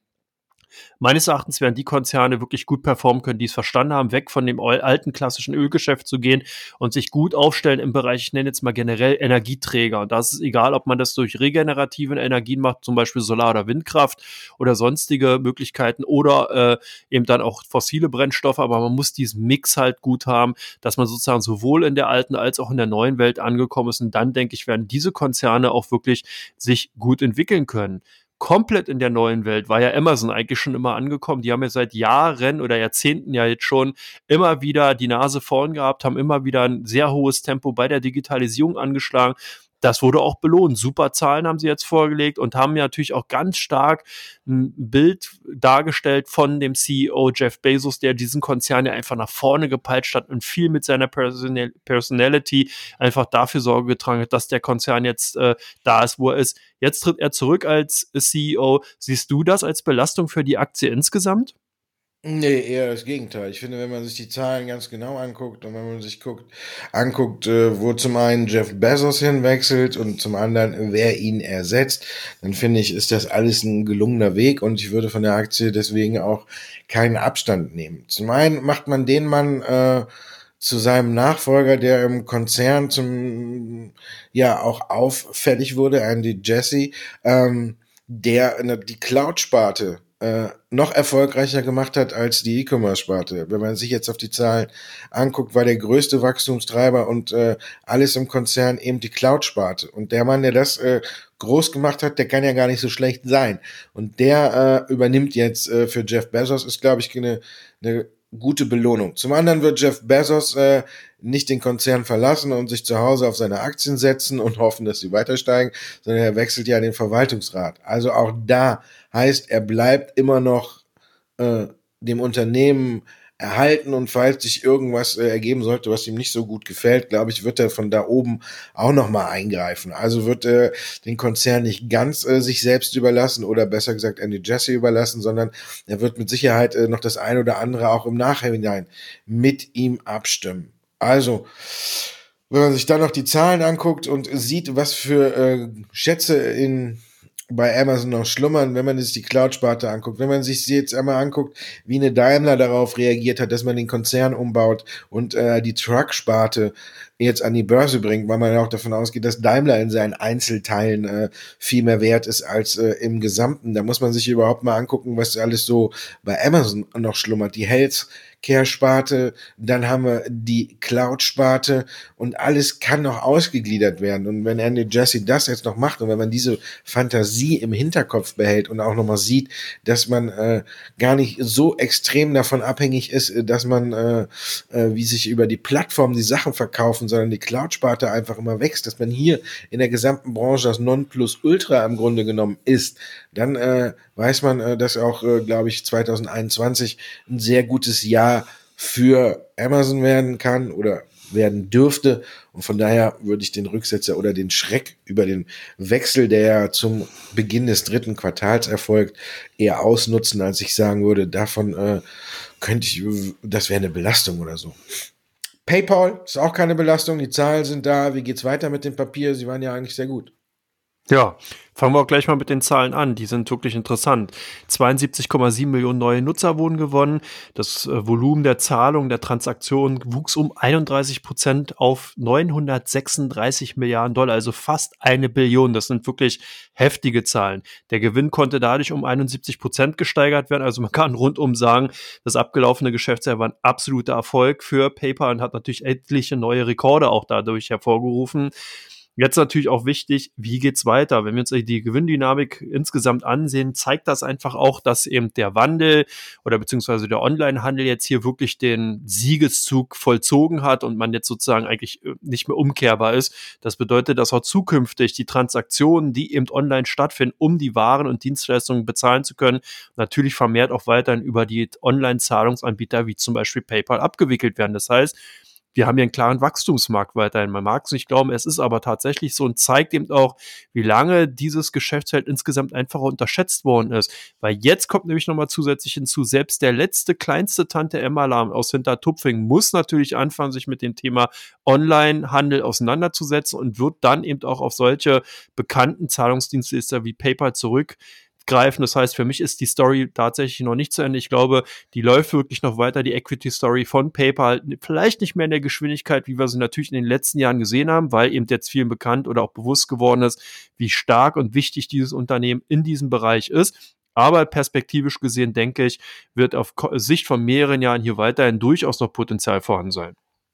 Meines Erachtens werden die Konzerne wirklich gut performen können, die es verstanden haben, weg von dem alten klassischen Ölgeschäft zu gehen und sich gut aufstellen im Bereich, ich nenne jetzt mal generell Energieträger. Und das ist egal, ob man das durch regenerative Energien macht, zum Beispiel Solar- oder Windkraft oder sonstige Möglichkeiten oder äh, eben dann auch fossile Brennstoffe. Aber man muss diesen Mix halt gut haben, dass man sozusagen sowohl in der alten als auch in der neuen Welt angekommen ist. Und dann, denke ich, werden diese Konzerne auch wirklich sich gut entwickeln können. Komplett in der neuen Welt war ja Amazon eigentlich schon immer angekommen. Die haben ja seit Jahren oder Jahrzehnten ja jetzt schon immer wieder die Nase vorn gehabt, haben immer wieder ein sehr hohes Tempo bei der Digitalisierung angeschlagen. Das wurde auch belohnt. Super Zahlen haben sie jetzt vorgelegt und haben ja natürlich auch ganz stark ein Bild dargestellt von dem C E O Jeff Bezos, der diesen Konzern ja einfach nach vorne gepeitscht hat und viel mit seiner Personal- Personality einfach dafür Sorge getragen hat, dass der Konzern jetzt äh, da ist, wo er ist. Jetzt tritt er zurück als C E O. Siehst du das als Belastung für die Aktie insgesamt? Nee, eher das Gegenteil. Ich finde, wenn man sich die Zahlen ganz genau anguckt und wenn man sich guckt, anguckt, äh, wo zum einen Jeff Bezos hinwechselt und zum anderen, wer ihn ersetzt, dann finde ich, ist das alles ein gelungener Weg und ich würde von der Aktie deswegen auch keinen Abstand nehmen. Zum einen macht man den Mann äh, zu seinem Nachfolger, der im Konzern zum, ja, auch auffällig wurde, Andy Jassy, ähm, der äh, die Cloud-Sparte äh, noch erfolgreicher gemacht hat als die E-Commerce-Sparte. Wenn man sich jetzt auf die Zahlen anguckt, war der größte Wachstumstreiber und äh, alles im Konzern eben die Cloud-Sparte. Und der Mann, der das äh, groß gemacht hat, der kann ja gar nicht so schlecht sein. Und der äh, übernimmt jetzt äh, für Jeff Bezos, ist, glaube ich, eine, eine gute Belohnung. Zum anderen wird Jeff Bezos äh, nicht den Konzern verlassen und sich zu Hause auf seine Aktien setzen und hoffen, dass sie weiter steigen, sondern er wechselt ja in den Verwaltungsrat. Also auch da heißt, er bleibt immer noch äh, dem Unternehmen erhalten und falls sich irgendwas äh, ergeben sollte, was ihm nicht so gut gefällt, glaube ich, wird er von da oben auch nochmal eingreifen. Also wird er den Konzern nicht ganz äh, sich selbst überlassen oder besser gesagt Andy Jassy überlassen, sondern er wird mit Sicherheit äh, noch das ein oder andere auch im Nachhinein mit ihm abstimmen. Also, wenn man sich dann noch die Zahlen anguckt und sieht, was für äh, Schätze in bei Amazon noch schlummern, wenn man sich die Cloud-Sparte anguckt, wenn man sich jetzt einmal anguckt, wie eine Daimler darauf reagiert hat, dass man den Konzern umbaut und äh, die Truck-Sparte jetzt an die Börse bringt, weil man ja auch davon ausgeht, dass Daimler in seinen Einzelteilen äh, viel mehr wert ist als äh, im Gesamten. Da muss man sich überhaupt mal angucken, was alles so bei Amazon noch schlummert. Die Healthcare-Sparte, dann haben wir die Cloud-Sparte und alles kann noch ausgegliedert werden. Und wenn Andy Jassy das jetzt noch macht und wenn man diese Fantasie im Hinterkopf behält und auch nochmal sieht, dass man äh, gar nicht so extrem davon abhängig ist, dass man, äh, äh, wie sich über die Plattform die Sachen verkaufen, sondern die Cloud-Sparte einfach immer wächst, dass man hier in der gesamten Branche das Nonplusultra im Grunde genommen ist, dann äh, weiß man, äh, dass auch, äh, glaube ich, zwanzig einundzwanzig ein sehr gutes Jahr für Amazon werden kann oder werden dürfte. Und von daher würde ich den Rücksetzer oder den Schreck über den Wechsel, der ja zum Beginn des dritten Quartals erfolgt, eher ausnutzen, als ich sagen würde, davon äh, könnte ich, das wäre eine Belastung oder so. PayPal ist auch keine Belastung, die Zahlen sind da. Wie geht's weiter mit dem Papier? Sie waren ja eigentlich sehr gut. Ja, fangen wir auch gleich mal mit den Zahlen an. Die sind wirklich interessant. zweiundsiebzig Komma sieben Millionen neue Nutzer wurden gewonnen. Das äh, Volumen der Zahlungen, der Transaktionen wuchs um einunddreißig Prozent auf neunhundertsechsunddreißig Milliarden Dollar, also fast eine Billion. Das sind wirklich heftige Zahlen. Der Gewinn konnte dadurch um einundsiebzig Prozent gesteigert werden. Also man kann rundum sagen, das abgelaufene Geschäftsjahr war ein absoluter Erfolg für PayPal und hat natürlich etliche neue Rekorde auch dadurch hervorgerufen. Jetzt natürlich auch wichtig, wie geht's weiter? Wenn wir uns die Gewinndynamik insgesamt ansehen, zeigt das einfach auch, dass eben der Wandel oder beziehungsweise der Onlinehandel jetzt hier wirklich den Siegeszug vollzogen hat und man jetzt sozusagen eigentlich nicht mehr umkehrbar ist. Das bedeutet, dass auch zukünftig die Transaktionen, die eben online stattfinden, um die Waren und Dienstleistungen bezahlen zu können, natürlich vermehrt auch weiterhin über die Online-Zahlungsanbieter wie zum Beispiel PayPal abgewickelt werden. Das heißt, wir haben hier einen klaren Wachstumsmarkt weiterhin. Man mag es nicht glauben, es ist aber tatsächlich so und zeigt eben auch, wie lange dieses Geschäftsfeld insgesamt einfach unterschätzt worden ist. Weil jetzt kommt nämlich nochmal zusätzlich hinzu, selbst der letzte, kleinste Tante Emma-Alarm aus Hintertupfing muss natürlich anfangen, sich mit dem Thema Online-Handel auseinanderzusetzen und wird dann eben auch auf solche bekannten Zahlungsdienstleister wie PayPal zurück greifen. Das heißt, für mich ist die Story tatsächlich noch nicht zu Ende. Ich glaube, die läuft wirklich noch weiter, die Equity-Story von PayPal. Vielleicht nicht mehr in der Geschwindigkeit, wie wir sie natürlich in den letzten Jahren gesehen haben, weil eben jetzt vielen bekannt oder auch bewusst geworden ist, wie stark und wichtig dieses Unternehmen in diesem Bereich ist. Aber perspektivisch gesehen, denke ich, wird auf Sicht von mehreren Jahren hier weiterhin durchaus noch Potenzial vorhanden sein.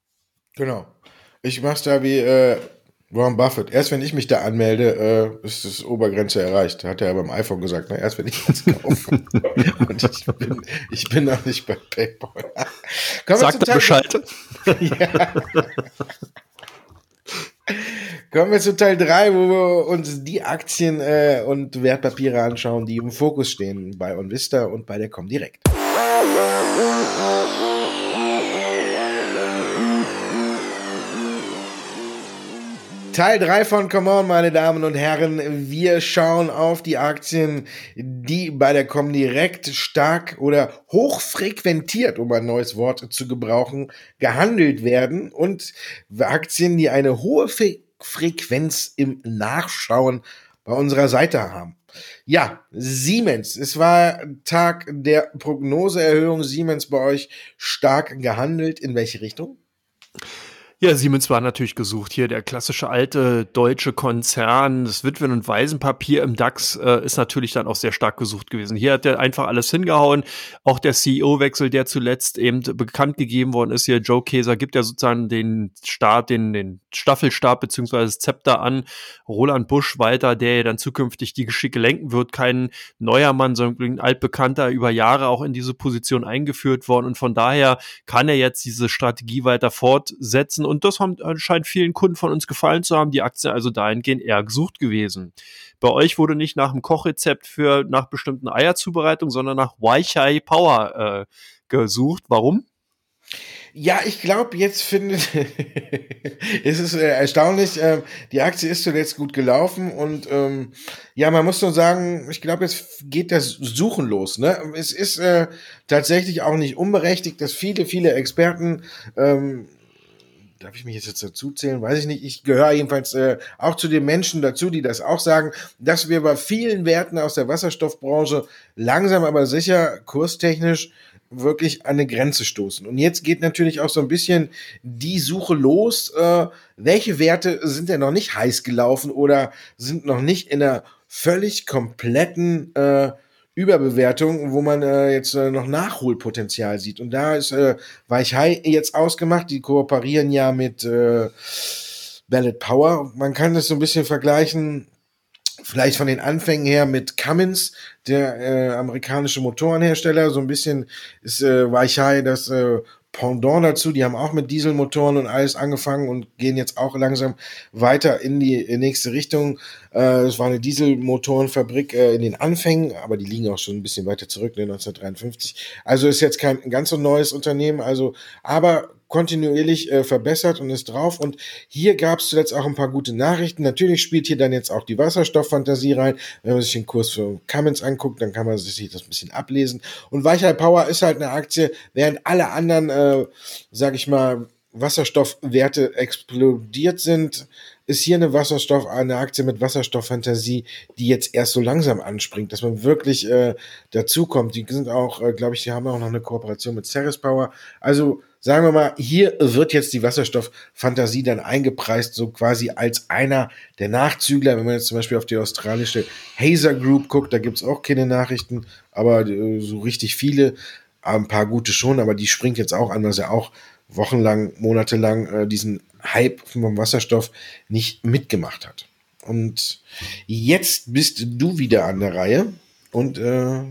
Genau. Ich mach's da wie äh Warren Buffett. Erst wenn ich mich da anmelde, äh, ist das Obergrenze erreicht. Hat er ja beim iPhone gesagt. Ne? Erst wenn ich das kaufe. Und ich bin, ich bin noch nicht bei PayPal. Sag da Bescheid. Ja. Kommen wir zu Teil drei, wo wir uns die Aktien äh, und Wertpapiere anschauen, die im Fokus stehen bei OnVista und bei der Comdirect. Teil drei von Come On, meine Damen und Herren. Wir schauen auf die Aktien, die bei der Comdirect stark oder hochfrequentiert, um ein neues Wort zu gebrauchen, gehandelt werden und Aktien, die eine hohe Fe- Frequenz im Nachschauen bei unserer Seite haben. Ja, Siemens. Es war Tag der Prognoseerhöhung. Siemens bei euch stark gehandelt. In welche Richtung? Ja, Siemens war natürlich gesucht. Hier der klassische alte deutsche Konzern, das Witwen- und Waisenpapier im DAX äh, ist natürlich dann auch sehr stark gesucht gewesen. Hier hat er einfach alles hingehauen. Auch der C E O-Wechsel, der zuletzt eben bekannt gegeben worden ist, hier Joe Kaeser gibt ja sozusagen den Start, den, den Staffelstab beziehungsweise das Zepter an Roland Busch weiter, der ja dann zukünftig die Geschicke lenken wird. Kein neuer Mann, sondern ein altbekannter, über Jahre auch in diese Position eingeführt worden. Und von daher kann er jetzt diese Strategie weiter fortsetzen. Und das haben, scheint vielen Kunden von uns gefallen zu haben. Die Aktie also dahingehend eher gesucht gewesen. Bei euch wurde nicht nach dem Kochrezept für nach bestimmten Eierzubereitungen, sondern nach Weichai Power äh, gesucht. Warum? Ja, ich glaube, jetzt findet es ist äh, erstaunlich, äh, die Aktie ist zuletzt gut gelaufen und ähm, ja, man muss nur sagen, ich glaube, jetzt geht das Suchen los. Ne? Es ist äh, tatsächlich auch nicht unberechtigt, dass viele, viele Experten, ähm, darf ich mich jetzt dazu zählen? Weiß ich nicht. Ich gehöre jedenfalls äh, auch zu den Menschen dazu, die das auch sagen, dass wir bei vielen Werten aus der Wasserstoffbranche langsam aber sicher kurstechnisch wirklich an eine Grenze stoßen. Und jetzt geht natürlich auch so ein bisschen die Suche los, äh, welche Werte sind denn noch nicht heiß gelaufen oder sind noch nicht in einer völlig kompletten äh, Überbewertung, wo man äh, jetzt äh, noch Nachholpotenzial sieht. Und da ist äh, Weichai jetzt ausgemacht, die kooperieren ja mit äh, Ballard Power. Man kann das so ein bisschen vergleichen, vielleicht von den Anfängen her mit Cummins, der äh, amerikanische Motorenhersteller. So ein bisschen ist äh, Weichai das äh, Pendant dazu. Die haben auch mit Dieselmotoren und alles angefangen und gehen jetzt auch langsam weiter in die nächste Richtung. Äh, es war eine Dieselmotorenfabrik äh, in den Anfängen, aber die liegen auch schon ein bisschen weiter zurück, ne, neunzehnhundertdreiundfünfzig. Also ist jetzt kein ganz so neues Unternehmen. Also, aber kontinuierlich äh, verbessert und ist drauf. Und hier gab es zuletzt auch ein paar gute Nachrichten. Natürlich spielt hier dann jetzt auch die Wasserstofffantasie rein. Wenn man sich den Kurs für Cummins anguckt, dann kann man sich das ein bisschen ablesen. Und Weichai Power ist halt eine Aktie, während alle anderen, äh, sag ich mal, Wasserstoffwerte explodiert sind, ist hier eine Wasserstoff, eine Aktie mit Wasserstofffantasie, die jetzt erst so langsam anspringt, dass man wirklich äh, dazukommt. Die sind auch, äh, glaube ich, die haben auch noch eine Kooperation mit Ceres Power. Also sagen wir mal, hier wird jetzt die Wasserstofffantasie dann eingepreist, so quasi als einer der Nachzügler. Wenn man jetzt zum Beispiel auf die australische Hazer Group guckt, da gibt's auch keine Nachrichten, aber äh, so richtig viele, ein paar gute schon, aber die springt jetzt auch an, weil sie auch wochenlang, monatelang äh, diesen Hype vom Wasserstoff nicht mitgemacht hat. Und jetzt bist du wieder an der Reihe und äh,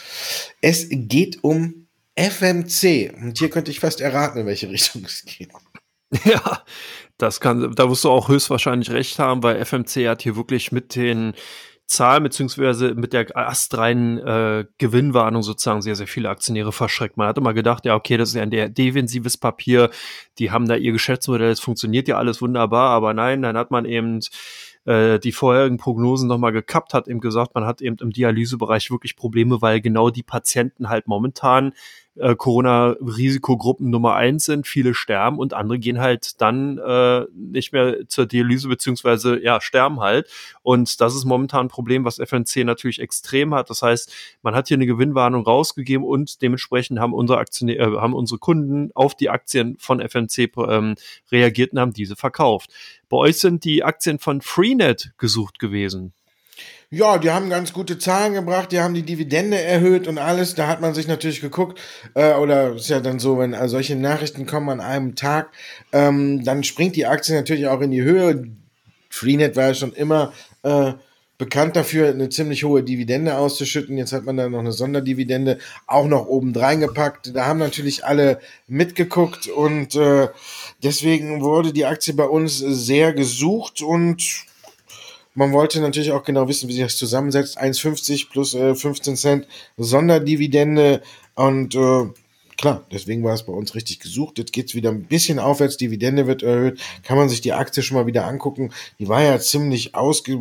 es geht um F M C. Und hier könnte ich fast erraten, in welche Richtung es geht. Ja, das kann, da wirst du auch höchstwahrscheinlich recht haben, weil F M C hat hier wirklich mit den Zahlen beziehungsweise mit der astreinen äh, Gewinnwarnung sozusagen sehr, sehr viele Aktionäre verschreckt. Man hat immer gedacht, ja, okay, das ist ja ein der defensives Papier, die haben da ihr Geschäftsmodell, es funktioniert ja alles wunderbar, aber nein, dann hat man eben äh, die vorherigen Prognosen nochmal gekappt, hat eben gesagt, man hat eben im Dialysebereich wirklich Probleme, weil genau die Patienten halt momentan äh, Corona-Risikogruppen Nummer eins sind, viele sterben und andere gehen halt dann äh, nicht mehr zur Dialyse beziehungsweise ja, sterben halt. Und das ist momentan ein Problem, was F M C natürlich extrem hat. Das heißt, man hat hier eine Gewinnwarnung rausgegeben und dementsprechend haben unsere Aktionäre, äh, haben unsere Kunden auf die Aktien von F M C ähm, reagiert und haben diese verkauft. Bei euch sind die Aktien von Freenet gesucht gewesen. Ja, die haben ganz gute Zahlen gebracht, die haben die Dividende erhöht und alles. Da hat man sich natürlich geguckt, äh, oder ist ja dann so, wenn äh, solche Nachrichten kommen an einem Tag, ähm, dann springt die Aktie natürlich auch in die Höhe. Freenet war ja schon immer äh, bekannt dafür, eine ziemlich hohe Dividende auszuschütten. Jetzt hat man da noch eine Sonderdividende auch noch oben reingepackt. Da haben natürlich alle mitgeguckt und äh, deswegen wurde die Aktie bei uns sehr gesucht und man wollte natürlich auch genau wissen, wie sich das zusammensetzt. eins fünfzig plus äh, fünfzehn Cent Sonderdividende. Und äh, klar, deswegen war es bei uns richtig gesucht. Jetzt geht's wieder ein bisschen aufwärts. Dividende wird erhöht. Kann man sich die Aktie schon mal wieder angucken. Die war ja ziemlich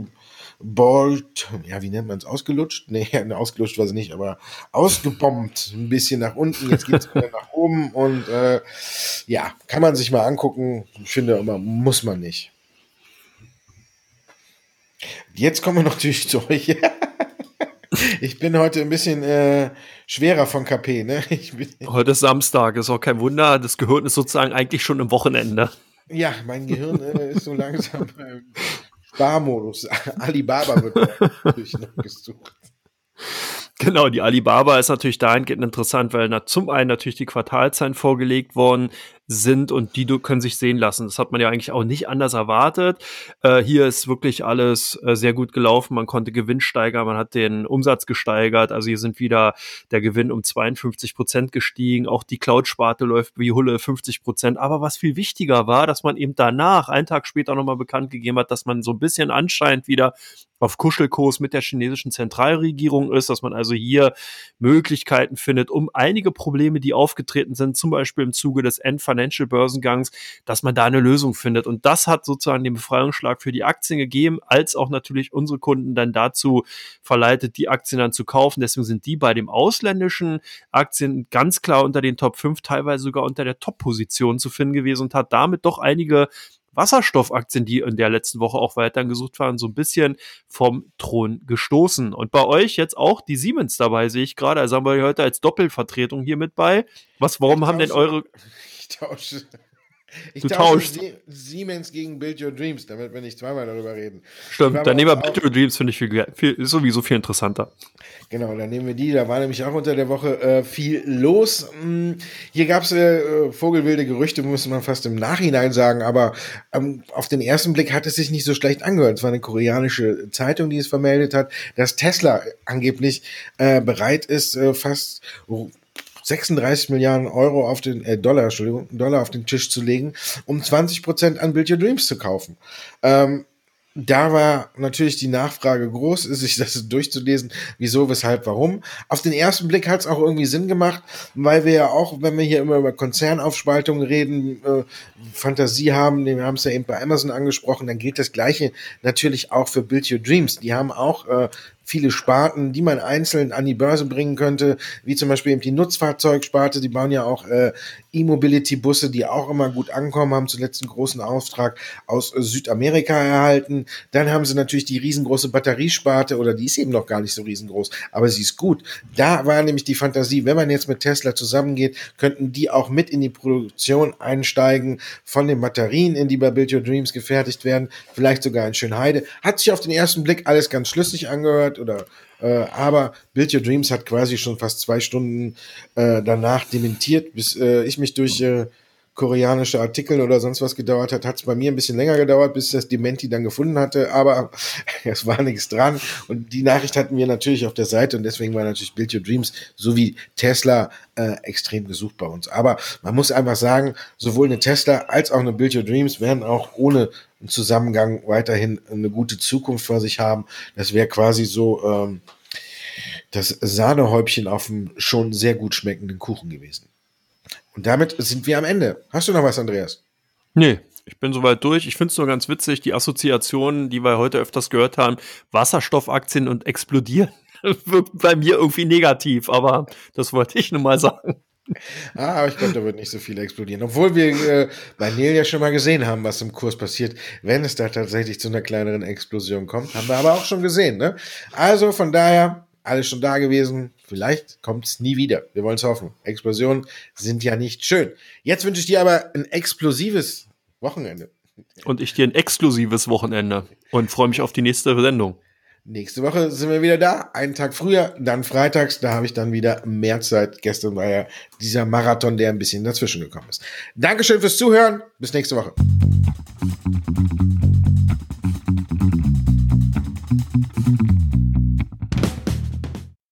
ausgeballt. Ja, wie nennt man es? Ausgelutscht? Nee, ausgelutscht war sie nicht, aber ausgebombt. Ein bisschen nach unten. Jetzt geht's wieder nach oben. Und äh, ja, kann man sich mal angucken. Ich finde immer, muss man nicht. Jetzt kommen wir natürlich zu euch. Ich bin heute ein bisschen äh, schwerer von K P, ne? Ich bin Heute ist Samstag, ist auch kein Wunder. Das Gehirn ist sozusagen eigentlich schon im Wochenende. Ja, mein Gehirn äh, ist so langsam im Sparmodus. Alibaba wird natürlich noch gesucht. Genau, die Alibaba ist natürlich dahingehend interessant, weil na, zum einen natürlich die Quartalzahlen vorgelegt worden sind und die können sich sehen lassen. Das hat man ja eigentlich auch nicht anders erwartet. Äh, hier ist wirklich alles äh, sehr gut gelaufen. Man konnte Gewinn steigern, man hat den Umsatz gesteigert. Also hier sind wieder der Gewinn um zweiundfünfzig Prozent gestiegen. Auch die Cloud-Sparte läuft wie Hulle fünfzig Prozent. Aber was viel wichtiger war, dass man eben danach, einen Tag später nochmal bekannt gegeben hat, dass man so ein bisschen anscheinend wieder auf Kuschelkurs mit der chinesischen Zentralregierung ist, dass man also hier Möglichkeiten findet, um einige Probleme, die aufgetreten sind, zum Beispiel im Zuge des End-Financial Börsengangs, dass man da eine Lösung findet. Und das hat sozusagen den Befreiungsschlag für die Aktien gegeben, als auch natürlich unsere Kunden dann dazu verleitet, die Aktien dann zu kaufen. Deswegen sind die bei den ausländischen Aktien ganz klar unter den Top fünf, teilweise sogar unter der Top-Position zu finden gewesen und hat damit doch einige Wasserstoffaktien, die in der letzten Woche auch weiterhin gesucht waren, so ein bisschen vom Thron gestoßen. Und bei euch jetzt auch die Siemens dabei, sehe ich gerade. Also haben wir heute als Doppelvertretung hier mit bei. Was, warum haben denn eure... Ich tausche... Ich du tausche tauschst. Sie- Siemens gegen Build Your Dreams, damit wir nicht zweimal darüber reden. Die Stimmt, war dann bei nehmen wir uns auch- Battle Dreams, finde ich viel, ge- viel, ist sowieso viel interessanter. Genau, dann nehmen wir die. Da war nämlich auch unter der Woche äh, viel los. Hm, hier gab es äh, vogelwilde Gerüchte, muss man fast im Nachhinein sagen, aber ähm, auf den ersten Blick hat es sich nicht so schlecht angehört. Es war eine koreanische Zeitung, die es vermeldet hat, dass Tesla angeblich äh, bereit ist, äh, fast sechsunddreißig Milliarden Euro auf den äh, Dollar, Entschuldigung, Dollar auf den Tisch zu legen, um zwanzig Prozent an Build Your Dreams zu kaufen. Ähm, Da war natürlich die Nachfrage groß, sich das durchzulesen, wieso, weshalb, warum. Auf den ersten Blick hat es auch irgendwie Sinn gemacht, weil wir ja auch, wenn wir hier immer über Konzernaufspaltung reden, äh, Fantasie haben, wir haben es ja eben bei Amazon angesprochen, dann gilt das Gleiche natürlich auch für Build Your Dreams. Die haben auch äh, viele Sparten, die man einzeln an die Börse bringen könnte, wie zum Beispiel eben die Nutzfahrzeugsparte, die bauen ja auch äh, E-Mobility-Busse, die auch immer gut ankommen, haben zuletzt einen großen Auftrag aus äh, Südamerika erhalten. Dann haben sie natürlich die riesengroße Batteriesparte, oder die ist eben noch gar nicht so riesengroß, aber sie ist gut. Da war nämlich die Fantasie, wenn man jetzt mit Tesla zusammengeht, könnten die auch mit in die Produktion einsteigen von den Batterien, in die bei Build Your Dreams gefertigt werden, vielleicht sogar in Schönheide. Hat sich auf den ersten Blick alles ganz schlüssig angehört, oder äh, aber Build Your Dreams hat quasi schon fast zwei Stunden äh, danach dementiert, bis äh, ich mich durch äh, koreanische Artikel oder sonst was gedauert hat, hat es bei mir ein bisschen länger gedauert, bis das Dementi dann gefunden hatte, aber es war nichts dran und die Nachricht hatten wir natürlich auf der Seite und deswegen war natürlich Build Your Dreams sowie Tesla äh, extrem gesucht bei uns. Aber man muss einfach sagen, sowohl eine Tesla als auch eine Build Your Dreams werden auch ohne einen Zusammengang weiterhin eine gute Zukunft vor sich haben. Das wäre quasi so ähm, das Sahnehäubchen auf dem schon sehr gut schmeckenden Kuchen gewesen. Und damit sind wir am Ende. Hast du noch was, Andreas? Nee, ich bin soweit durch. Ich finde es nur ganz witzig, die Assoziationen, die wir heute öfters gehört haben, Wasserstoffaktien und explodieren, wirkt bei mir irgendwie negativ, aber das wollte ich nur mal sagen. Ah, aber ich glaube, da wird nicht so viel explodieren. Obwohl wir äh, bei Neil ja schon mal gesehen haben, was im Kurs passiert, wenn es da tatsächlich zu einer kleineren Explosion kommt. Haben wir aber auch schon gesehen, ne? Also von daher, alles schon da gewesen. Vielleicht kommt es nie wieder. Wir wollen es hoffen. Explosionen sind ja nicht schön. Jetzt wünsche ich dir aber ein explosives Wochenende. Und ich dir ein exklusives Wochenende und freue mich auf die nächste Sendung. Nächste Woche sind wir wieder da. Einen Tag früher, dann freitags. Da habe ich dann wieder mehr Zeit. Gestern war ja dieser Marathon, der ein bisschen dazwischen gekommen ist. Dankeschön fürs Zuhören. Bis nächste Woche.